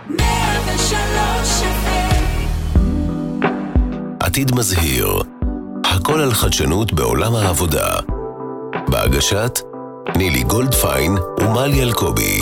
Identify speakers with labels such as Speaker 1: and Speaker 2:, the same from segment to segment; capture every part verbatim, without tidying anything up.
Speaker 1: מאה ושלוש אף אם.
Speaker 2: עתיד מזהיר, הכל על חדשנות בעולם העבודה. בהגשת נילי גולדפיין ומלי אלקובי.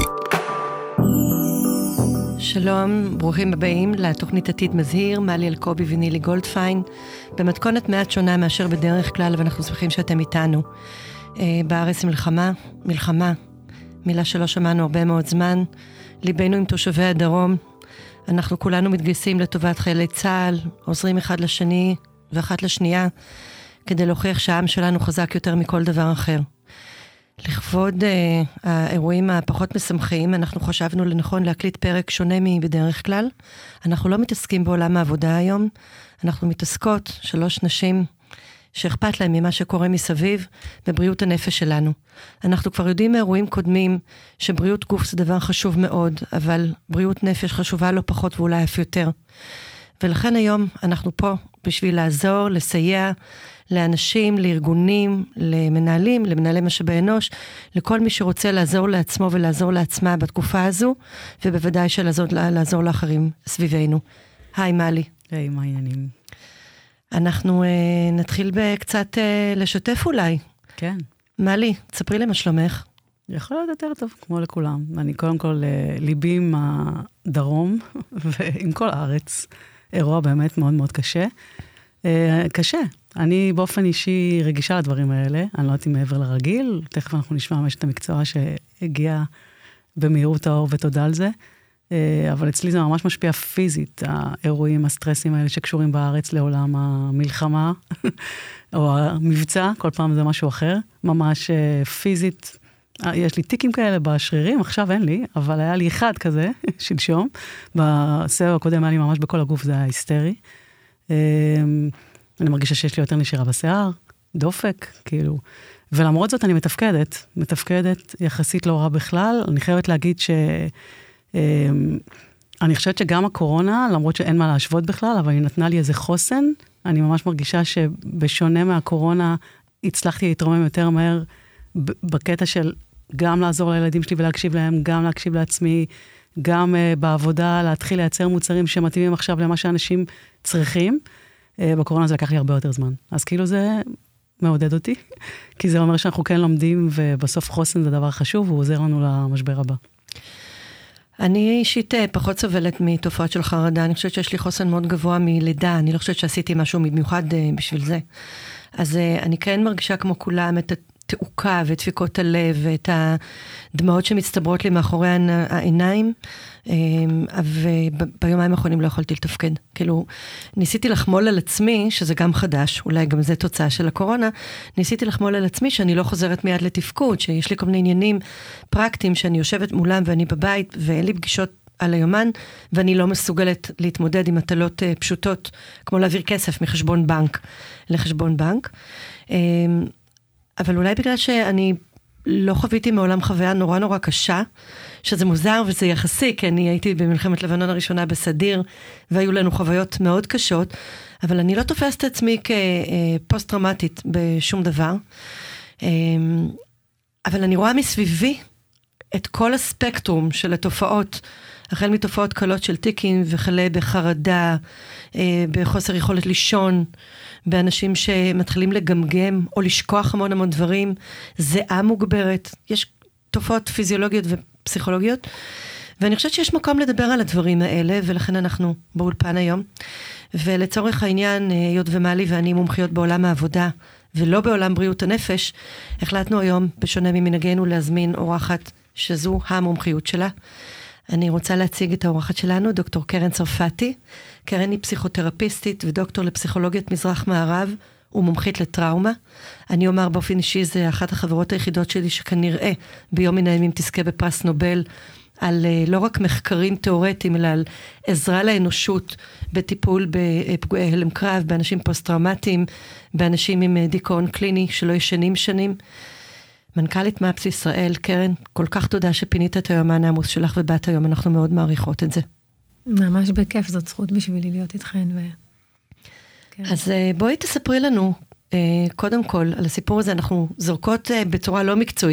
Speaker 3: שלום, ברוכים הבאים לתוכנית עתיד מזהיר, מלי אלקובי ונילי גולדפיין, במתכונת מעט שונה מאשר בדרך כלל, ואנחנו שמחים שאתם איתנו. בארץ מלחמה, מלחמה, מילה שלא שמענו הרבה מאוד זמן, ליבנו עם תושבי הדרום, אנחנו כולנו מתגייסים לטובת חיילי צה"ל, עוזרים אחד לשני ואחת לשנייה, כדי להוכיח שהעם שלנו חזק יותר מכל דבר אחר. לכבוד אה, האירועים הפחות משמחים, אנחנו חשבנו לנכון להקליט פרק שונה מבדרך כלל. אנחנו לא מתעסקים בעולם העבודה היום, אנחנו מתעסקות שלוש נשים שאכפת להם ממה שקורה מסביב בבריאות הנפש שלנו. אנחנו כבר יודעים מאירועים קודמים שבריאות גוף זה דבר חשוב מאוד, אבל בריאות נפש חשובה לא פחות ואולי אף יותר. ולכן היום אנחנו פה בשביל לעזור, לסייע לאנשים, לארגונים, למנהלים, למנהלי משאבי אנוש, לכל מי שרוצה לעזור לעצמו ולעזור לעצמה בתקופה הזו, ובוודאי שלעזור לעזור לאחרים סביבנו. היי מלי.
Speaker 4: היי, מה העניינים?
Speaker 3: אנחנו אה, נתחיל בקצת אה, לשתף אולי.
Speaker 4: כן.
Speaker 3: מלי, תספרי לי מה שלומך.
Speaker 4: יכול להיות יותר טוב, כמו לכולם. אני קודם כל ליבי עם הדרום, ועם כל הארץ. אירוע באמת מאוד מאוד קשה. אה, קשה. אני באופן אישי רגישה לדברים האלה, אני לא יודעת אם מעבר לרגיל, תכף אנחנו נשמע משת המקצוע שהגיע במהירות האור ותודה על זה, אבל אצלי זה ממש משפיע פיזית, האירועים, הסטרסים האלה שקשורים בארץ לעולם המלחמה, או המבצע, כל פעם זה משהו אחר, ממש פיזית, יש לי טיקים כאלה בשרירים, עכשיו אין לי, אבל היה לי אחד כזה, שלשום, בסבב הקודם היה לי ממש בכל הגוף, זה היה היסטרי, אני מרגישה שיש לי יותר נשירה בשיער, דופק, כאילו. ולמרות זאת אני מתפקדת, מתפקדת יחסית לא רע בכלל. אני חייבת להגיד ש... אני חושבת שגם הקורונה, למרות שאין מה להשוות בכלל, אבל היא נתנה לי איזה חוסן. אני ממש מרגישה שבשונה מהקורונה, הצלחתי להתרומם יותר מהר בקטע של גם לעזור לילדים שלי ולהקשיב להם, גם להקשיב לעצמי, גם בעבודה להתחיל לייצר מוצרים שמתאימים עכשיו למה שאנשים צריכים. בקורונה זה לקח לי הרבה יותר זמן. אז כאילו זה מעודד אותי, כי זה אומר שאנחנו כן לומדים, ובסוף חוסן זה דבר חשוב, והוא עוזר לנו למשבר הבא.
Speaker 3: אני אישית פחות סובלת מתופעות של חרדה, אני חושבת שיש לי חוסן מאוד גבוה מלידה, אני לא חושבת שעשיתי משהו במיוחד בשביל זה. אז אני כן מרגישה כמו כולם את התעוקה ואת דפיקות הלב ואת הדמעות שמצטברות לי מאחורי העיניים, וביומיים האחרונים לא יכולתי לתפקד. כאילו, ניסיתי לחמול על עצמי, שזה גם חדש, אולי גם זה תוצאה של הקורונה, ניסיתי לחמול על עצמי שאני לא חוזרת מיד לתפקוד, שיש לי כל מיני עניינים פרקטיים שאני יושבת מולם ואני בבית, ואין לי פגישות על היומן, ואני לא מסוגלת להתמודד עם מטלות פשוטות, כמו להעביר כסף מחשבון בנק לחשבון בנק. אבל אולי בגלל שאני לא חוויתי מעולם חוויה נורא נורא קשה, שזה מוזר וזה יחסי, כי אני הייתי במלחמת לבנון הראשונה בסדיר, והיו לנו חוויות מאוד קשות, אבל אני לא תופסת את עצמי כפוסט-טראומטית בשום דבר. אבל אני רואה מסביבי את כל הספקטרום של התופעות, החל מתופעות קלות של טיקים, וכלה בחרדה, בחוסר יכולת לישון, באנשים שמתחילים לגמגם, או לשכוח המון המון דברים, זהה מוגברת, יש תופעות פיזיולוגיות ופסיכולוגיות, ואני חושבת שיש מקום לדבר על הדברים האלה, ולכן אנחנו באולפן היום, ולצורך העניין, היות ומלי ואני מומחיות בעולם העבודה, ולא בעולם בריאות הנפש, החלטנו היום, בשונה ממנהגנו, להזמין אורחת שזו המומחיות שלה. אני רוצה להציג את האורחת שלנו, דוקטור קרן צרפתי. קרן היא פסיכותרפיסטית ודוקטור לפסיכולוגיית מזרח מערב ומומחית לטראומה. אני אומר באופן אישי, זה אחת החברות היחידות שלי שכנראה ביום מן הימים תזכה בפרס נובל, על לא רק מחקרים תיאורטיים, אלא על עזרה לאנושות בטיפול בפגועי הלם קרב, באנשים פוסט-טראומטיים, באנשים עם דיכאון קליני שלא ישנים שנים. מנכ"לית מאפס ישראל, קרן, כל כך תודה שפינית את היומן העמוס שלך ובאת היום, אנחנו מאוד מעריכות את זה.
Speaker 5: ממש בכיף, זאת זכות בשבילי להיות איתכן. ו...
Speaker 3: כן. אז בואי תספרי לנו, קודם כל, על הסיפור הזה, אנחנו זורקות בצורה לא מקצועית,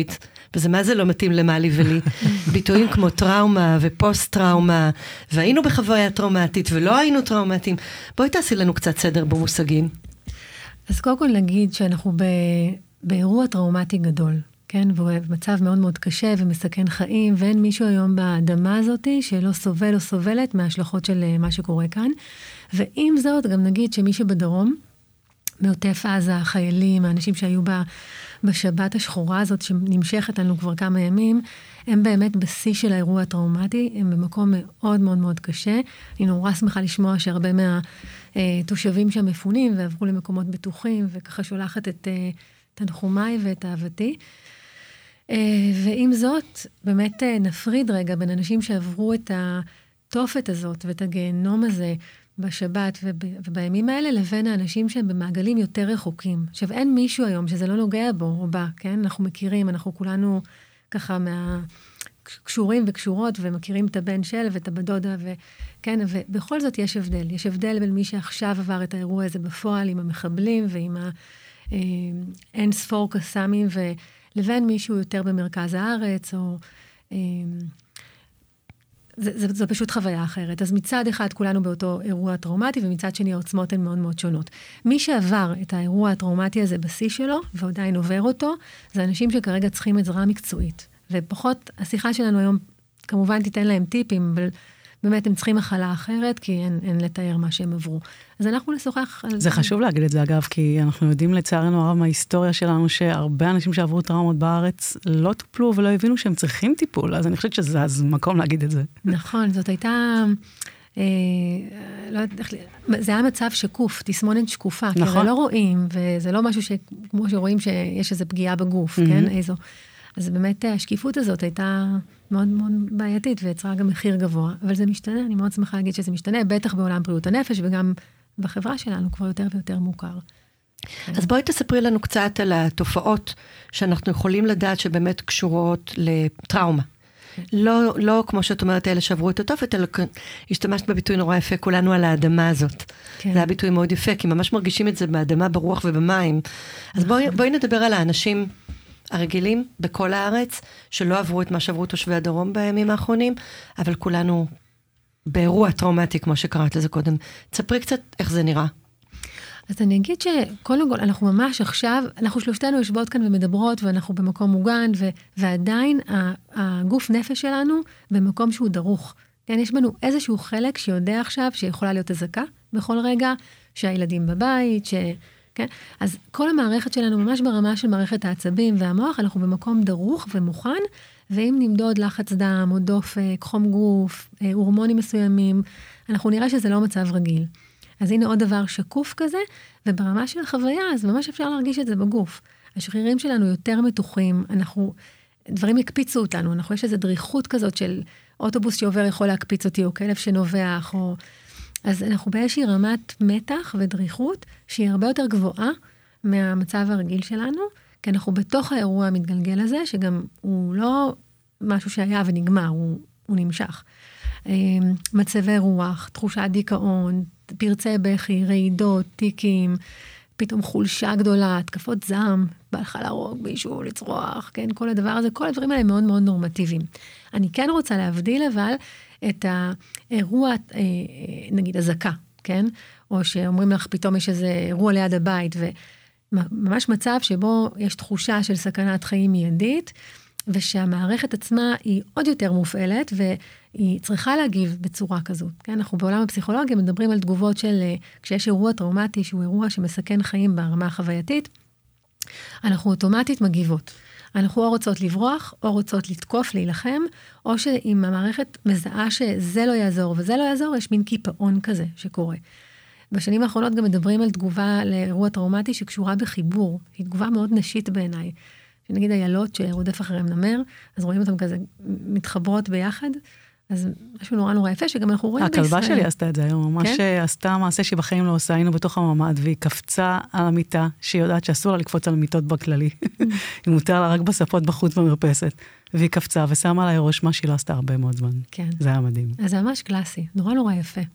Speaker 3: וזה מה זה לא מתאים למלי ולי. ביטויים כמו טראומה ופוסט-טראומה, והיינו בחוויה טראומטית ולא היינו טראומטיים. בואי תעשי לנו קצת סדר במושגים.
Speaker 5: אז קודם כל נגיד שאנחנו ב... באירוע טראומטי גדול, כן? והוא מצב מאוד מאוד קשה ומסכן חיים, ואין מישהו היום באדמה הזאת שלא סובל או סובלת מההשלכות של מה שקורה כאן. ועם זאת, גם נגיד שמי שבדרום, בעוטף עזה, החיילים, האנשים שהיו בה בשבת השחורה הזאת, שנמשכת לנו כבר כמה ימים, הם באמת בשיא של האירוע הטראומטי, הם במקום מאוד מאוד מאוד קשה. אני נורא שמחה לשמוע שהרבה מהתושבים שם מפונים, ועברו למקומות בטוחים, וככה שולחת את תנחומיי ואת אהבתי. ועם זאת, באמת נפריד רגע בין אנשים שעברו את התופת הזאת, ואת הגיהנום הזה, בשבת ובימים האלה, לבין האנשים שהם במעגלים יותר רחוקים. עכשיו, אין מישהו היום שזה לא נוגע בו או בה, כן? אנחנו מכירים, אנחנו כולנו ככה מהקשורים וקשורות, ומכירים את הבן של ואת הבדודה, וכן, ובכל זאת יש הבדל. יש הבדל בין מי שעכשיו עבר את האירוע הזה בפועל, עם המחבלים ועם האין ספור קסאמים, ולבין מישהו יותר במרכז הארץ, או... זה, זה, זה פשוט חוויה אחרת. אז מצד אחד כולנו באותו אירוע טראומטי, ומצד שני העוצמות הן מאוד מאוד שונות. מי שעבר את האירוע הטראומטי הזה בשיא שלו, ועדיין עובר אותו, זה אנשים שכרגע צריכים עזרה מקצועית. ופחות, השיחה שלנו היום, כמובן תיתן להם טיפים, אבל באמת הם צריכים מחלה אחרת, כי אין, אין לתאר מה שהם עברו. אז אנחנו נשוחח על...
Speaker 4: זה חשוב להגיד את זה, אגב, כי אנחנו יודעים לצערנו הרב מההיסטוריה שלנו, שהרבה אנשים שעברו טראומות בארץ לא טופלו ולא הבינו שהם צריכים טיפול, אז אני חושבת שזה אז מקום להגיד את זה.
Speaker 5: נכון, זאת הייתה... אה, לא, זה היה מצב שקוף, תסמונת שקופה, נכון. כי הרי לא רואים, וזה לא משהו שכמו שרואים שיש איזו פגיעה בגוף, mm-hmm. כן? איזו... אז באמת השקיפות הזאת הייתה מאוד מאוד בעייתית, ויצרה גם מחיר גבוה, אבל זה משתנה, אני מאוד שמחה להגיד שזה משתנה, בטח בעולם בריאות הנפש, וגם בחברה שלנו כבר יותר ויותר מוכר.
Speaker 3: אז בואי תספרי לנו קצת על התופעות שאנחנו יכולים לדעת שבאמת קשורות לטראומה. לא, לא כמו שאת אומרת, אלה שעברו את התופת, אלא השתמשת בביטוי נורא יפה, כולנו על האדמה הזאת. כן. זה היה ביטוי מאוד יפה, כי ממש מרגישים את זה באדמה, ברוח ובמים. אז בואי, בואי נדבר על האנשים הרגילים בכל הארץ, שלא עברו את מה שעברו תושבי הדרום בימים האחרונים, אבל כולנו באירוע טראומטי, כמו שקראת לזה קודם. תספרי קצת איך זה נראה.
Speaker 5: אז אני אגיד שקודם כל, אנחנו ממש עכשיו, אנחנו שלושתנו יושבות כאן ומדברות, ואנחנו במקום מוגן, ו- ועדיין הגוף נפש שלנו במקום שהוא דרוך. כן, יש בנו איזשהו חלק שיודע עכשיו שיכולה להיות הזקה בכל רגע, שהילדים בבית, ש... כן? אז כל המערכת שלנו ממש ברמה של מערכת העצבים והמוח, אנחנו במקום דרוך ומוכן, ואם נמדוד לחץ דם או דופק, חום גוף, הורמונים מסוימים, אנחנו נראה שזה לא מצב רגיל. אז הנה עוד דבר שקוף כזה, וברמה של החוויה, אז ממש אפשר להרגיש את זה בגוף. השרירים שלנו יותר מתוחים, אנחנו, דברים יקפיצו אותנו, אנחנו יש איזו דריכות כזאת של אוטובוס שעובר יכול להקפיץ אותי, או כלב שנובח, או... אז אנחנו באיזושהי רמת מתח ודריכות, שהיא הרבה יותר גבוהה מהמצב הרגיל שלנו, כי אנחנו בתוך האירוע המתגלגל הזה, שגם הוא לא משהו שהיה ונגמר, הוא, הוא נמשך. מצבי רוח, תחושת דיכאון, פרצי בכי, רעידות, טיקים, פתאום חולשה גדולה, התקפות זעם, בא לך להרוג מישהו, לצרוח, כן, כל הדבר הזה, כל הדברים האלה מאוד מאוד נורמטיביים. אני כן רוצה להבדיל אבל את האירוע, נגיד הזקה, כן? או שאומרים לך פתאום יש איזה אירוע ליד הבית, וממש מצב שבו יש תחושה של סכנת חיים מיידית, ושהמערכת עצמה היא עוד יותר מופעלת, והיא צריכה להגיב בצורה כזאת. כן? אנחנו בעולם הפסיכולוגיה מדברים על תגובות של, כשיש אירוע טראומטי, שהוא אירוע שמסכן חיים ברמה החווייתית, אנחנו אוטומטית מגיבות. אנחנו או רוצות לברוח, או רוצות לתקוף, להילחם, או שאם המערכת מזהה שזה לא יעזור וזה לא יעזור, יש מין קיפאון כזה שקורה. בשנים האחרונות גם מדברים על תגובה לאירוע טראומטי שקשורה בחיבור. היא תגובה מאוד נשית בעיניי. נגיד איילות שרודף אחריהם נמר, אז רואים אותם כזה מתחברות ביחד, אז משהו נורא נורא יפה, שגם אנחנו רואים בישראל.
Speaker 4: הכלבה שלי עשתה את זה היום, ממש עשתה מעשה שבחיים לא עושה, היינו בתוך הממ"ד, והיא קפצה על המיטה, שהיא יודעת שאסור לה לקפוץ על המיטות בכללי. היא מותר לה רק בספות בחוץ במרפסת, והיא קפצה ושמה עליי ראש מה שהיא לא עשתה הרבה מאוד זמן. כן. זה היה מדהים.
Speaker 5: אז זה ממש קלאסי, נורא נורא יפה.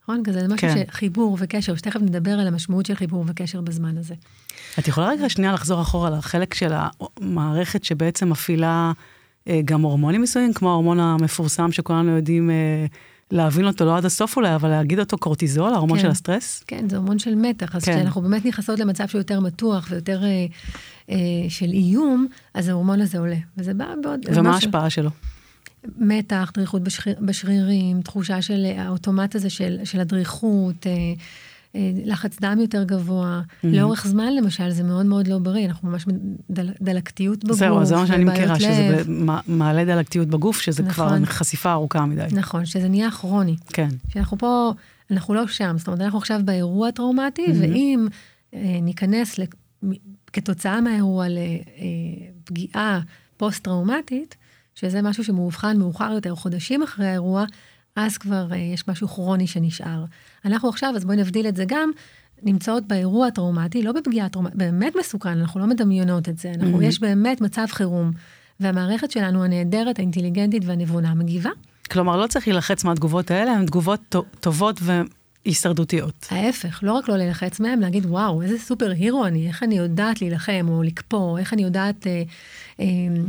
Speaker 5: נכון? כזה זה משהו
Speaker 4: כן.
Speaker 5: שחיבור וקשר, שתכף נדבר על המשמעות של חיבור וקשר בזמן הזה.
Speaker 4: את יכולה רגע שנייה לחזור אחורה לחלק של המערכת שבעצם מפעילה אה, גם הורמונים מסוימים, כמו ההורמון המפורסם שכולנו יודעים אה, להבין אותו, לא עד הסוף אולי, אבל להגיד אותו קורטיזול, ההורמון
Speaker 5: כן.
Speaker 4: של הסטרס.
Speaker 5: כן, זה הורמון של מתח, אז
Speaker 4: כן.
Speaker 5: כשאנחנו באמת נכנסות למצב שהוא יותר מתוח ויותר אה, אה, של איום, אז ההורמון הזה עולה. וזה בא בעוד...
Speaker 4: ומה
Speaker 5: משהו-
Speaker 4: ההשפעה שלו?
Speaker 5: מתח, דריכות בשריר, בשרירים, תחושה של האוטומט הזה של, של הדריכות, אה, אה, לחץ דם יותר גבוה. Mm-hmm. לאורך זמן, למשל, זה מאוד מאוד לא בריא. אנחנו ממש דל, דלקתיות בגוף.
Speaker 4: זהו, זה מה שאני
Speaker 5: ובעיות
Speaker 4: מכירה, שזה
Speaker 5: לב.
Speaker 4: מעלה דלקתיות בגוף, שזה
Speaker 5: נכון.
Speaker 4: כבר חשיפה ארוכה מדי.
Speaker 5: נכון, שזה נהיה כרוני.
Speaker 4: כן.
Speaker 5: שאנחנו פה, אנחנו לא שם. זאת אומרת, אנחנו עכשיו באירוע טראומטי, mm-hmm. ואם אה, ניכנס לק, כתוצאה מהאירוע לפגיעה פוסט-טראומטית, שזה משהו שמאובחן מאוחר יותר, חודשים אחרי האירוע, אז כבר uh, יש משהו כרוני שנשאר. אנחנו עכשיו, אז בואי נבדיל את זה גם, נמצאות באירוע הטראומטי, לא בפגיעה טראומטית, באמת מסוכן, אנחנו לא מדמיינות את זה, אנחנו, mm-hmm. יש באמת מצב חירום, והמערכת שלנו הנהדרת, האינטליגנטית והנבונה מגיבה.
Speaker 4: כלומר, לא צריך להילחץ מהתגובות האלה, הן תגובות טובות והישרדותיות.
Speaker 5: ההפך, לא רק לא להילחץ מהם, להגיד, וואו, איזה סופר הירו אני, איך אני יודעת להילחם או לקפוא, איך אני יודעת אה, אה,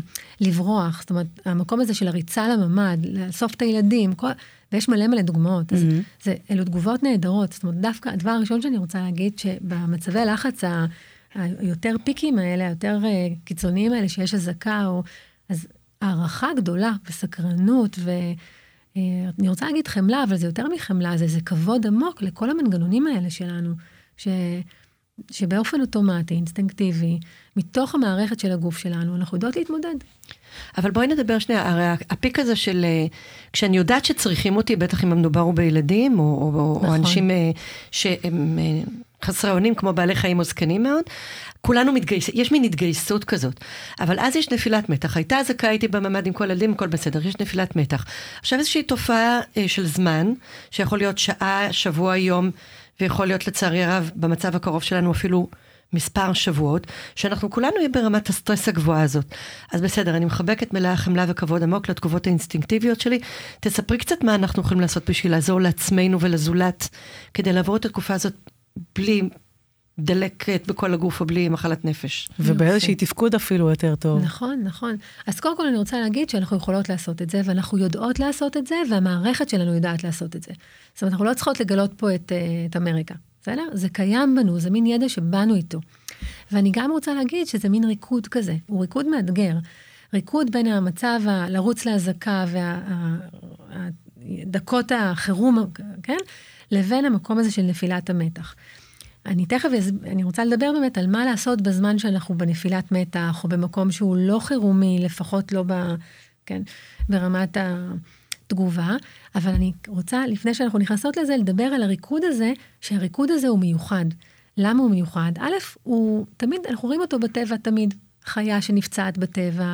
Speaker 5: לברוח. זאת אומרת, המקום הזה של הריצה לממד, לאסוף את הילדים, כל... ויש מלא מלא דוגמאות. אז mm-hmm. זה, אלו תגובות נהדרות. זאת אומרת, דווקא הדבר הראשון שאני רוצה להגיד, שבמצבי לחץ ה... היותר פיקים האלה, היותר uh, קיצוניים האלה, שיש הזקה, או... אז הערכה גדולה וסקרנות, ואני רוצה להגיד חמלה, אבל זה יותר מחמלה, זה, זה כבוד עמוק לכל המנגנונים האלה שלנו, ש... שבאופן אוטומטי, אינסטינקטיבי, מתוך המערכת של הגוף שלנו, אנחנו יודעות להתמודד.
Speaker 3: אבל בואי נדבר שנייה, הרי הפיק הזה של, כשאני יודעת שצריכים אותי, בטח אם המדובר הוא בילדים, או, או, נכון. או אנשים שהם חסרי אונים, כמו בעלי חיים או זקנים מאוד, כולנו מתגייסים, יש מין התגייסות כזאת, אבל אז יש נפילת מתח, הייתה הזקה, הייתי בממד עם כל ילדים, הכל בסדר, יש נפילת מתח. עכשיו איזושהי תופעה של זמן, שיכול להיות שעה, שבוע, יום, ויכול להיות לצערי הרב, במצב הקרוב שלנו אפילו מספר שבועות, שאנחנו כולנו יהיה ברמת הסטרס הגבוהה הזאת. אז בסדר, אני מחבקת מלאה חמלה וכבוד עמוק לתגובות האינסטינקטיביות שלי. תספרי קצת מה אנחנו יכולים לעשות בשביל לעזור לעצמנו ולזולת, כדי לעבור את התקופה הזאת בלי דלקת בכל הגוף או בלי מחלת נפש.
Speaker 4: ובאיזושהי תפקוד אפילו יותר טוב.
Speaker 5: נכון, נכון. אז קודם כל אני רוצה להגיד שאנחנו יכולות לעשות את זה, ואנחנו יודעות לעשות את זה, והמערכת שלנו יודעת לעשות את זה. זאת אומרת, אנחנו לא צריכות לגלות פה את, את אמריקה. בסדר? זה קיים בנו, זה מין ידע שבאנו איתו. ואני גם רוצה להגיד שזה מין ריקוד כזה, הוא ריקוד מאתגר. ריקוד בין המצב ה- לרוץ להזקה והדקות החירום, כן? לבין המקום הזה של נפילת המתח. אני תכף, אני רוצה לדבר באמת על מה לעשות בזמן שאנחנו בנפילת מתח, או במקום שהוא לא חירומי, לפחות לא ב, כן, ברמת התגובה, אבל אני רוצה, לפני שאנחנו נכנסות לזה, לדבר על הריקוד הזה, שהריקוד הזה הוא מיוחד. למה הוא מיוחד? א', הוא תמיד, אנחנו רואים אותו בטבע תמיד, חיה שנפצעת בטבע,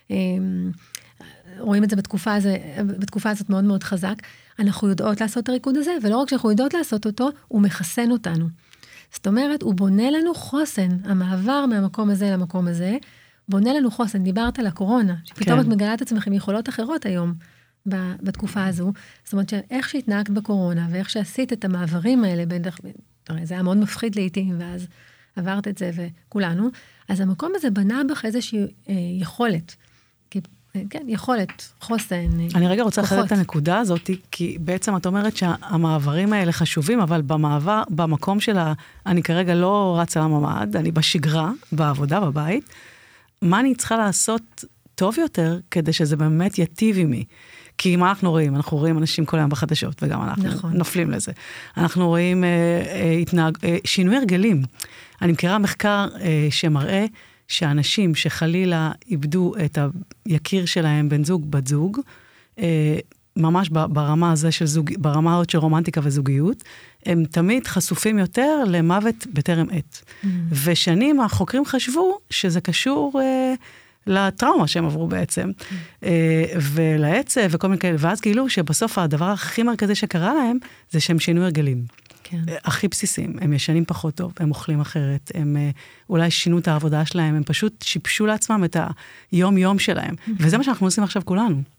Speaker 5: רואים את זה בתקופה, הזה, בתקופה הזאת מאוד מאוד חזק. אנחנו יודעות לעשות את הריקוד הזה, ולא רק שאנחנו יודעות לעשות אותו, הוא מחסן אותנו. זאת אומרת, הוא בונה לנו חוסן, המעבר מהמקום הזה למקום הזה, בונה לנו חוסן. דיברת על הקורונה, שפתאום כן. את מגלה את עצמך עם יכולות אחרות היום, בתקופה הזו. זאת אומרת, שאיך שהתנהגת בקורונה, ואיך שעשית את המעברים האלה, בין דרך, הרי זה היה מאוד מפחיד לעתים, ואז עברת את זה וכולנו, אז המקום הזה בנה בך איזושהי אה, יכולת. כי, כן, יכולת, חוסן,
Speaker 4: אני רגע רוצה
Speaker 5: כוחות.
Speaker 4: לחדד את הנקודה הזאת, כי בעצם את אומרת שהמעברים האלה חשובים, אבל במעבר, במקום שלה, אני כרגע לא רצה לממד, אני בשגרה, בעבודה, בבית, מה אני צריכה לעשות טוב יותר, כדי שזה באמת יטיב עימי? כי מה אנחנו רואים? אנחנו רואים אנשים כל היום בחדשות, וגם אנחנו נכון. נופלים לזה. אנחנו רואים אה, אה, התנהג, אה, שינוי הרגלים. אני מכירה מחקר אה, שמראה שאנשים שחלילה איבדו את היקיר שלהם בן זוג, בת זוג, אה, ממש ברמה הזה של זוג, ברמה הזאת של רומנטיקה וזוגיות, הם תמיד חשופים יותר למוות בטרם עת. Mm. ושנים החוקרים חשבו שזה קשור אה, לטראומה שהם עברו בעצם, mm. אה, ולעצב וכל מיני כאלה, ואז גילו שבסוף הדבר הכי מרכזי שקרה להם, זה שהם שינו הרגלים. כן. הכי בסיסיים, הם ישנים פחות טוב, הם אוכלים אחרת, הם אולי שינו את העבודה שלהם, הם פשוט שיפשו לעצמם את היום יום שלהם, mm-hmm. וזה מה שאנחנו עושים עכשיו כולנו.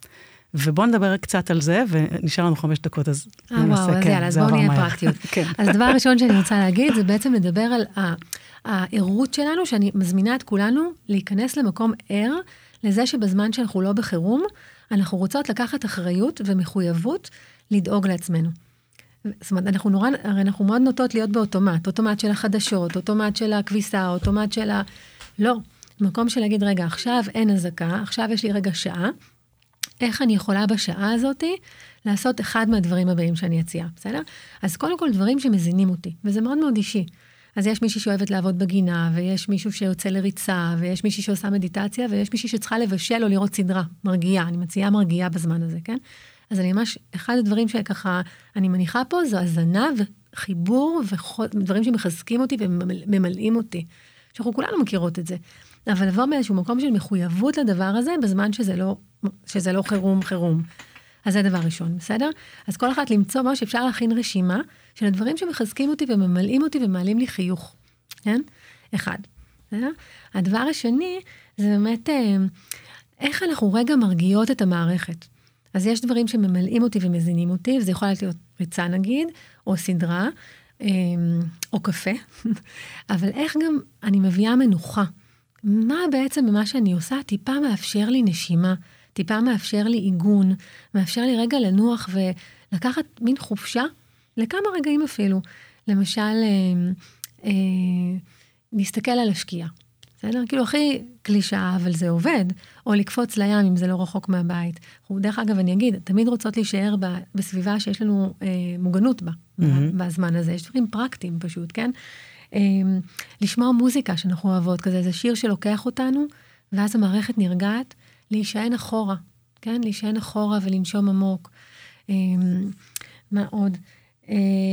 Speaker 4: ובואו נדבר קצת על זה, ונשאר לנו חמש דקות, אז
Speaker 5: אה, וואו, אז יאללה, אז בואו נהיה פרקטיות. אז הדבר הראשון שאני רוצה להגיד, זה בעצם לדבר על הערות שלנו, שאני מזמינה את כולנו להיכנס למקום ער, לזה שבזמן שאנחנו לא בחירום, אנחנו רוצות לקחת אחריות ומחויבות לדאוג לעצמנו. זאת אומרת, אנחנו נורא, הרי אנחנו מאוד נוטות להיות באוטומט, אוטומט של החדשות, אוטומט של הכביסה, אוטומט של ה... לא, מקום של להגיד, רגע, עכשיו אין הזקה, עכשיו יש לי רגע שעה, איך אני יכולה בשעה הזאת לעשות אחד מהדברים הבאים שאני אציע, בסדר? אז קודם כל דברים שמזינים אותי, וזה מאוד מאוד אישי. אז יש מישהי שאוהבת לעבוד בגינה, ויש מישהו שיוצא לריצה, ויש מישהי שעושה מדיטציה, ויש מישהי שצריכה לבשל או לראות סדרה, מרגיעה, אני מציעה מרגיעה בזמן הזה, כן? אז אני ממש, אחד הדברים שככה אני מניחה פה, זו הזנה וחיבור, ודברים שמחזקים אותי וממלאים אותי. שאנחנו כולנו מכירות את זה. אבל לבוא מאיזשהו מקום של מחויבות לדבר הזה, בזמן שזה לא, שזה לא חירום, חירום. אז זה דבר ראשון, בסדר? אז כל אחת למצוא מה שאפשר להכין רשימה, של הדברים שמחזקים אותי וממלאים אותי ומעלים לי חיוך. כן? אחד. בסדר? הדבר השני, זה באמת, איך אנחנו רגע מרגיעות את המערכת. אז יש דברים שממלאים אותי ומזינים אותי, וזה יכול להיות ריצה נגיד, או סדרה, או קפה, אבל איך גם אני מביאה מנוחה? מה בעצם במה שאני עושה טיפה מאפשר לי נשימה, טיפה מאפשר לי עיגון, מאפשר לי רגע לנוח ולקחת מין חופשה, לכמה רגעים אפילו. למשל, אה, אה, נסתכל על השקיעה. בסדר? כאילו הכי קלישה, אבל זה עובד, או לקפוץ לים אם זה לא רחוק מהבית. דרך אגב, אני אגיד, תמיד רוצות להישאר בסביבה שיש לנו אה, מוגנות בה, mm-hmm. בזמן הזה. יש דברים פרקטיים פשוט, כן? אה, לשמוע מוזיקה שאנחנו אוהבות כזה, זה שיר שלוקח אותנו, ואז המערכת נרגעת, להישען אחורה, כן? להישען אחורה ולנשום עמוק. אה, מה עוד? אה,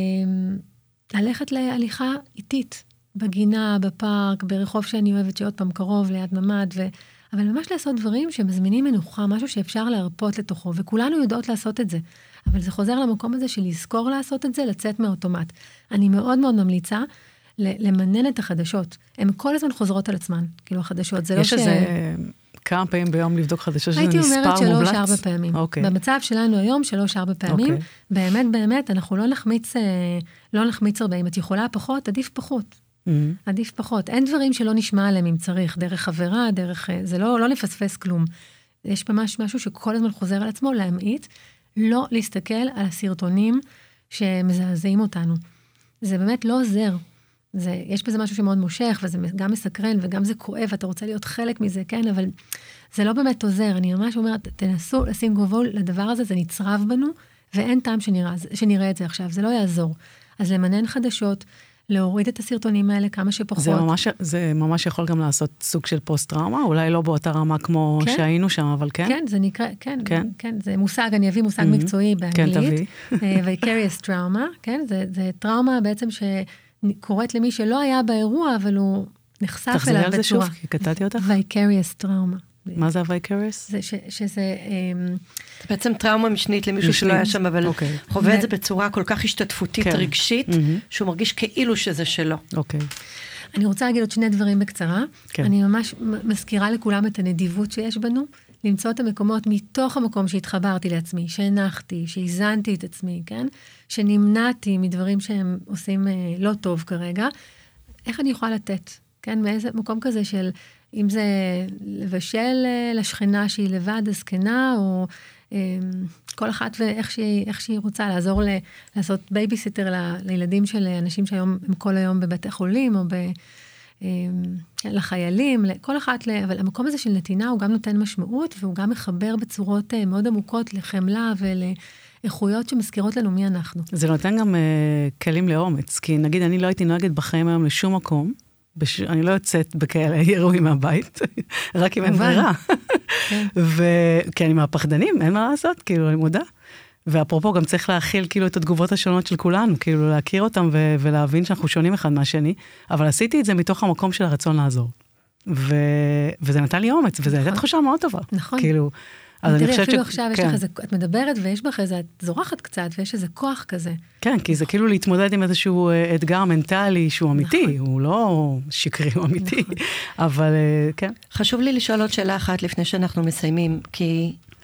Speaker 5: ללכת להליכה איטית. בגינה, בפארק, ברחוב שאני אוהבת, שעוד פעם קרוב, ליד ממד, ו... אבל ממש לעשות דברים שמזמינים מנוחה, משהו שאפשר להרפות לתוכו, וכולנו יודעות לעשות את זה. אבל זה חוזר למקום הזה של לזכור לעשות את זה, לצאת מהאוטומט. אני מאוד מאוד ממליצה למנן את החדשות. הן כל הזמן חוזרות על עצמן, כאילו החדשות. זה לא ש...
Speaker 4: יש איזה כמה פעמים ביום לבדוק חדשות, שזה
Speaker 5: הייתי
Speaker 4: נספר
Speaker 5: אומרת
Speaker 4: מובלץ?
Speaker 5: שלוש ארבע פעמים.
Speaker 4: אוקיי.
Speaker 5: במצב שלנו היום, שלוש ארבע פעמים.
Speaker 4: אוקיי.
Speaker 5: באמת, באמת, אנחנו לא נחמיץ, לא נחמיץ הרבה. אם את יכולה פחות, עדיף פחות.
Speaker 4: Mm-hmm.
Speaker 5: עדיף פחות. אין דברים שלא נשמע עליהם אם צריך, דרך חברה, דרך... זה לא, לא נפספס כלום. יש ממש משהו שכל הזמן חוזר על עצמו, להמעיט, לא להסתכל על הסרטונים שמזעזעים אותנו. זה באמת לא עוזר. זה, יש בזה משהו שמאוד מושך, וזה גם מסקרן, וגם זה כואב, אתה רוצה להיות חלק מזה, כן, אבל זה לא באמת עוזר. אני ממש אומרת, תנסו לשים גבול לדבר הזה, זה נצרב בנו, ואין טעם שנראה, שנראה את זה עכשיו, זה לא יעזור. אז למנן חדשות, להוריד את הסרטונים האלה כמה שפחות.
Speaker 4: זה ממש, זה ממש יכול גם לעשות סוג של פוסט-טראומה, אולי לא באותה רמה כמו כן? שהיינו שם, אבל כן?
Speaker 5: כן, זה נקרא, כן,
Speaker 4: כן,
Speaker 5: כן, זה מושג, אני אביא מושג mm-hmm. מקצועי באנגלית.
Speaker 4: כן, תביא.
Speaker 5: vicarious trauma, כן, זה, זה טראומה בעצם שקורית למי שלא היה באירוע, אבל הוא נחשף אליו בצורה.
Speaker 4: תחזרי על זה שוב, כי קטעתי אותך.
Speaker 5: vicarious trauma.
Speaker 4: מה זה ה-vicarious?
Speaker 5: זה ש, שזה...
Speaker 3: זה בעצם טראומה משנית למישהו שלא היה שם, אבל חווה את זה בצורה כל כך השתתפותית, רגשית, שהוא מרגיש כאילו שזה שלו.
Speaker 4: אוקיי.
Speaker 5: אני רוצה להגיד עוד שני דברים בקצרה. אני ממש מזכירה לכולם את הנדיבות שיש בנו, למצוא את המקומות מתוך המקום שהתחברתי לעצמי, שהנחתי, שהזנתי את עצמי, כן? שנמנעתי מדברים שהם עושים לא טוב כרגע. איך אני יכולה לתת? כן? מאיזה מקום כזה של... אם זה לבשל לשכנה שהיא לבד, הזקנה, או כל אחת ואיך שהיא, איך שהיא רוצה לעזור ל, לעשות בייביסיטר ל, לילדים של אנשים שהיום הם כל היום בבתי חולים, או ב, לחיילים, כל אחת, אבל המקום הזה של נתינה הוא גם נותן משמעות, והוא גם מחבר בצורות מאוד עמוקות לחמלה ולאיכויות שמזכירות לנו מי אנחנו.
Speaker 4: זה נותן גם uh, כלים לאומץ, כי נגיד אני לא הייתי נוהגת בחיים היום לשום מקום, בש... אני לא יוצאת בכאלה אירועים מהבית, רק אם אין ברירה. כי אני מהפחדנים, אין מה לעשות, כאילו, אני מודה. ואפרופו, גם צריך להכיל כאילו את התגובות השונות של כולנו, כאילו להכיר אותם ו... ולהבין שאנחנו שונים אחד מהשני, אבל עשיתי את זה מתוך המקום של הרצון לעזור. ו... וזה נתן לי אומץ, וזה הייתה תחושה מאוד טובה.
Speaker 5: נכון.
Speaker 4: כאילו,
Speaker 5: תראי, אפילו עכשיו יש לך איזה, את מדברת ויש בך איזה, את זורחת קצת, ויש איזה כוח כזה.
Speaker 4: כן, כי זה כאילו להתמודד עם איזשהו אתגר מנטלי שהוא אמיתי, הוא לא שקרי, הוא אמיתי, אבל כן.
Speaker 3: חשוב לי לשאול עוד שאלה אחת לפני שאנחנו מסיימים, כי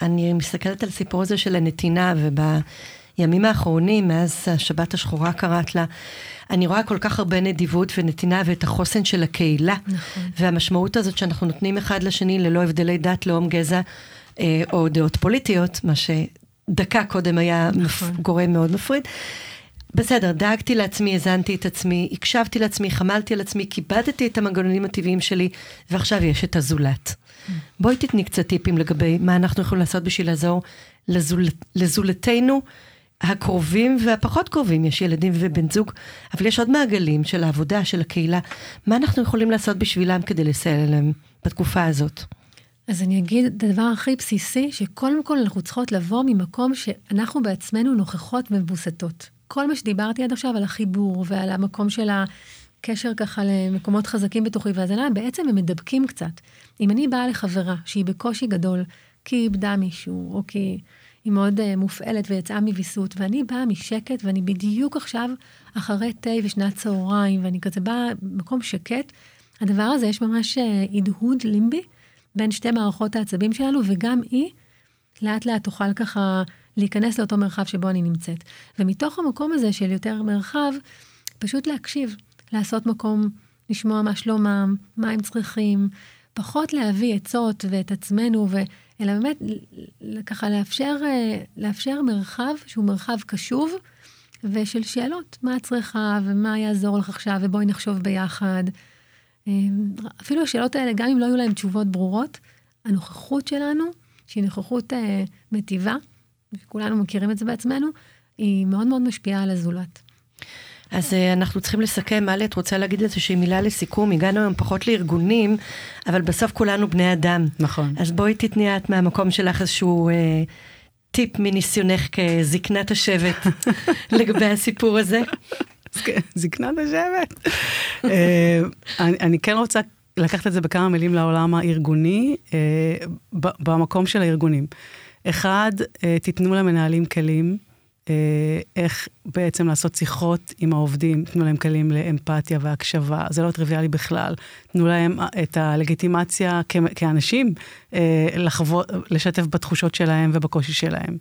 Speaker 3: אני מסתכלת על הסיפור הזה של הנתינה, ובימים האחרונים, מאז השבת השחורה קראת לה, אני רואה כל כך הרבה נדיבות ונתינה, ואת החוסן של הקהילה,
Speaker 5: נכון.
Speaker 3: והמשמעות הזאת שאנחנו נותנים אחד לשני, ללא הבדלי דת, לאום, גזע, אה, או דעות פוליטיות, מה שדקה קודם היה
Speaker 5: נכון.
Speaker 3: מפ... גורם מאוד מפריד. בסדר, דאגתי לעצמי, הזנתי את עצמי, הקשבתי לעצמי, חמלתי על עצמי, כיבדתי את המנגנונים הטבעיים שלי, ועכשיו יש את הזולת. בואי תתני קצת טיפים לגבי מה אנחנו יכולים לעשות בשביל לעזור לזול, לזולתנו הקרובים והפחות קרובים. יש ילדים ובן זוג, אבל יש עוד מעגלים של העבודה, של הקהילה. מה אנחנו יכולים לעשות בשבילם כדי לסייע להם בתקופה הזאת?
Speaker 5: אז אני אגיד את הדבר הכי בסיסי, שקודם כל אנחנו צריכות לבוא ממקום שאנחנו בעצמנו נוכחות ומבוסתות. כל מה שדיברתי עד עכשיו על החיבור ועל המקום של הקשר ככה למקומות חזקים בתוכי והזנה, בעצם הם מדבקים קצת. אם אני באה לחברה שהיא בקושי גדול, כי היא איבדה מישהו, או כי היא מאוד uh, מופעלת ויצאה מביסות, ואני באה משקט, ואני בדיוק עכשיו אחרי תה ושנת צהריים, ואני כזה באה במקום שקט, הדבר הזה יש ממש uh, הדהוד לימבי, בין שתי מערכות העצבים שלנו, וגם היא לאט לאט תוכל ככה להיכנס לאותו מרחב שבו אני נמצאת. ומתוך המקום הזה של יותר מרחב, פשוט להקשיב, לעשות מקום, לשמוע מה שלומם, מה הם צריכים, פחות להביא עצות ואת עצמנו, ו... אלא באמת ככה לאפשר, לאפשר מרחב שהוא מרחב קשוב, ושל שאלות, מה את צריכה ומה יעזור לך עכשיו, ובואי נחשוב ביחד. אפילו השאלות האלה, גם אם לא היו להם תשובות ברורות, הנוכחות שלנו, שהיא נוכחות אה, מטיבה, וכולנו מכירים את זה בעצמנו, היא מאוד מאוד משפיעה על הזולת.
Speaker 3: אז uh, אנחנו צריכים לסכם. מלי, את רוצה להגיד איזושהי מילה לסיכום? הגענו היום פחות לארגונים, אבל בסוף כולנו בני אדם.
Speaker 4: נכון.
Speaker 3: אז בואי תתני את מהמקום שלך איזשהו uh, טיפ מניסיונך כזקנת השבט לגבי הסיפור הזה.
Speaker 4: זקנת השבט. אני, אני כן רוצה לקחת את זה בכמה מילים לעולם הארגוני, במקום של הארגונים. אחד, תיתנו למנהלים כלים, איך בעצם לעשות שיחות עם העובדים, תנו להם כלים לאמפתיה והקשבה, זה לא טריוויאלי בכלל, תנו להם את הלגיטימציה כאנשים, לחוות, לשתף בתחושות שלהם ובקושי שלהם.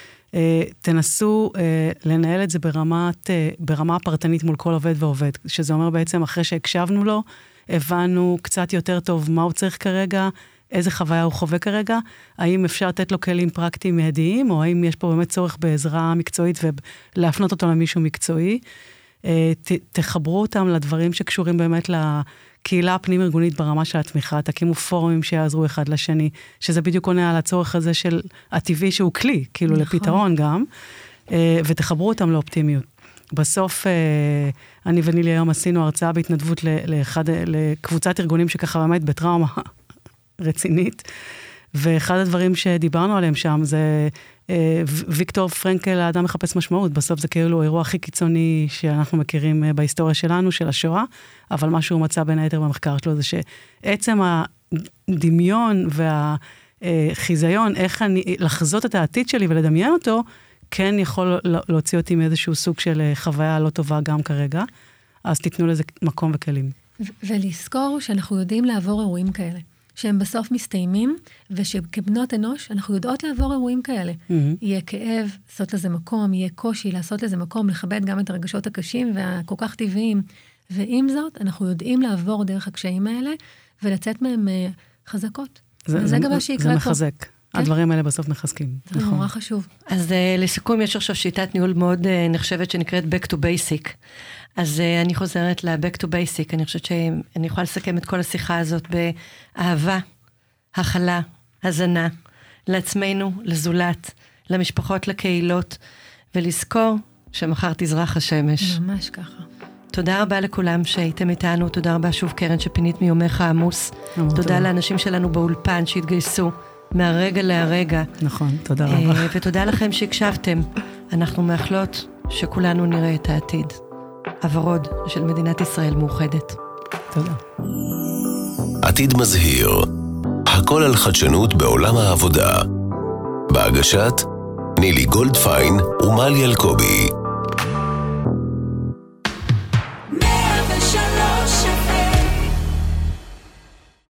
Speaker 4: תנסו לנהל את זה ברמת, ברמה פרטנית מול כל עובד ועובד, שזה אומר בעצם אחרי שהקשבנו לו, הבנו קצת יותר טוב מה הוא צריך כרגע, איזה חוויה הוא חווה כרגע, האם אפשר לתת לו כלים פרקטיים מיידיים, או האם יש פה באמת צורך בעזרה מקצועית ולהפנות אותו למישהו מקצועי. ת, תחברו אותם לדברים שקשורים באמת לקהילה הפנים-ארגונית ברמה של התמיכה, תקימו פורומים שיעזרו אחד לשני, שזה בדיוק עונה על הצורך הזה של הטבעי שהוא כלי, כאילו נכון. לפתרון גם, ותחברו אותם לאופטימיות. בסוף, אני ונילי היום עשינו הרצאה בהתנדבות לאחד, לקבוצת ארגונים שככה באמת בטראומה רצינית, ואחד הדברים שדיברנו עליהם שם זה ויקטור פרנקל, האדם מחפש משמעות, בסוף זה כאילו אירוע הכי קיצוני שאנחנו מכירים בהיסטוריה שלנו, של השואה, אבל מה שהוא מצא בין היתר במחקר שלו זה שעצם הדמיון והחיזיון, איך אני, לחזות את העתיד שלי ולדמיין אותו, כן יכול להוציא אותי מאיזשהו סוג של חוויה לא טובה גם כרגע, אז תיתנו לזה מקום וכלים.
Speaker 5: ולזכור שאנחנו יודעים לעבור אירועים כאלה. שהם בסוף מסתיימים, ושכבנות אנוש, אנחנו יודעות לעבור אירועים כאלה. Mm-hmm. יהיה כאב, לעשות לזה מקום, יהיה קושי, לעשות לזה מקום, לכבד גם את הרגשות הקשים והכל כך טבעיים. ועם זאת, אנחנו יודעים לעבור דרך הקשיים האלה, ולצאת מהם uh, חזקות. זה, וזה גם מה שיקרה פה.
Speaker 4: זה מחזק. כן? הדברים האלה בסוף מחזקים.
Speaker 5: זה נכון. נורא חשוב.
Speaker 3: אז uh, לסיכום, יש עכשיו שיטת ניהול מאוד uh, נחשבת, שנקראת Back to Basic. אז uh, אני חוזרת ל-Back to Basic, אני חושבת שאני יכולה לסכם את כל השיחה הזאת באהבה, הכלה, הזנה, לעצמנו, לזולת, למשפחות, לקהילות, ולזכור שמחר תזרח השמש.
Speaker 5: ממש ככה. תודה
Speaker 3: רבה לכולם שהייתם איתנו, תודה רבה שוב קרן שפינית מיומך העמוס, תודה טוב. לאנשים שלנו באולפן שהתגייסו מהרגע להרגע.
Speaker 4: נכון, תודה רבה.
Speaker 3: ותודה לכם שהקשבתם, אנחנו מאחלות שכולנו נראה את העתיד. הוורוד של מדינת ישראל מאוחדת.
Speaker 4: תודה.
Speaker 2: עתיד מזהיר. הכל על חדשנות בעולם העבודה. בהגשת נילי גולדפיין ומלי אלקובי.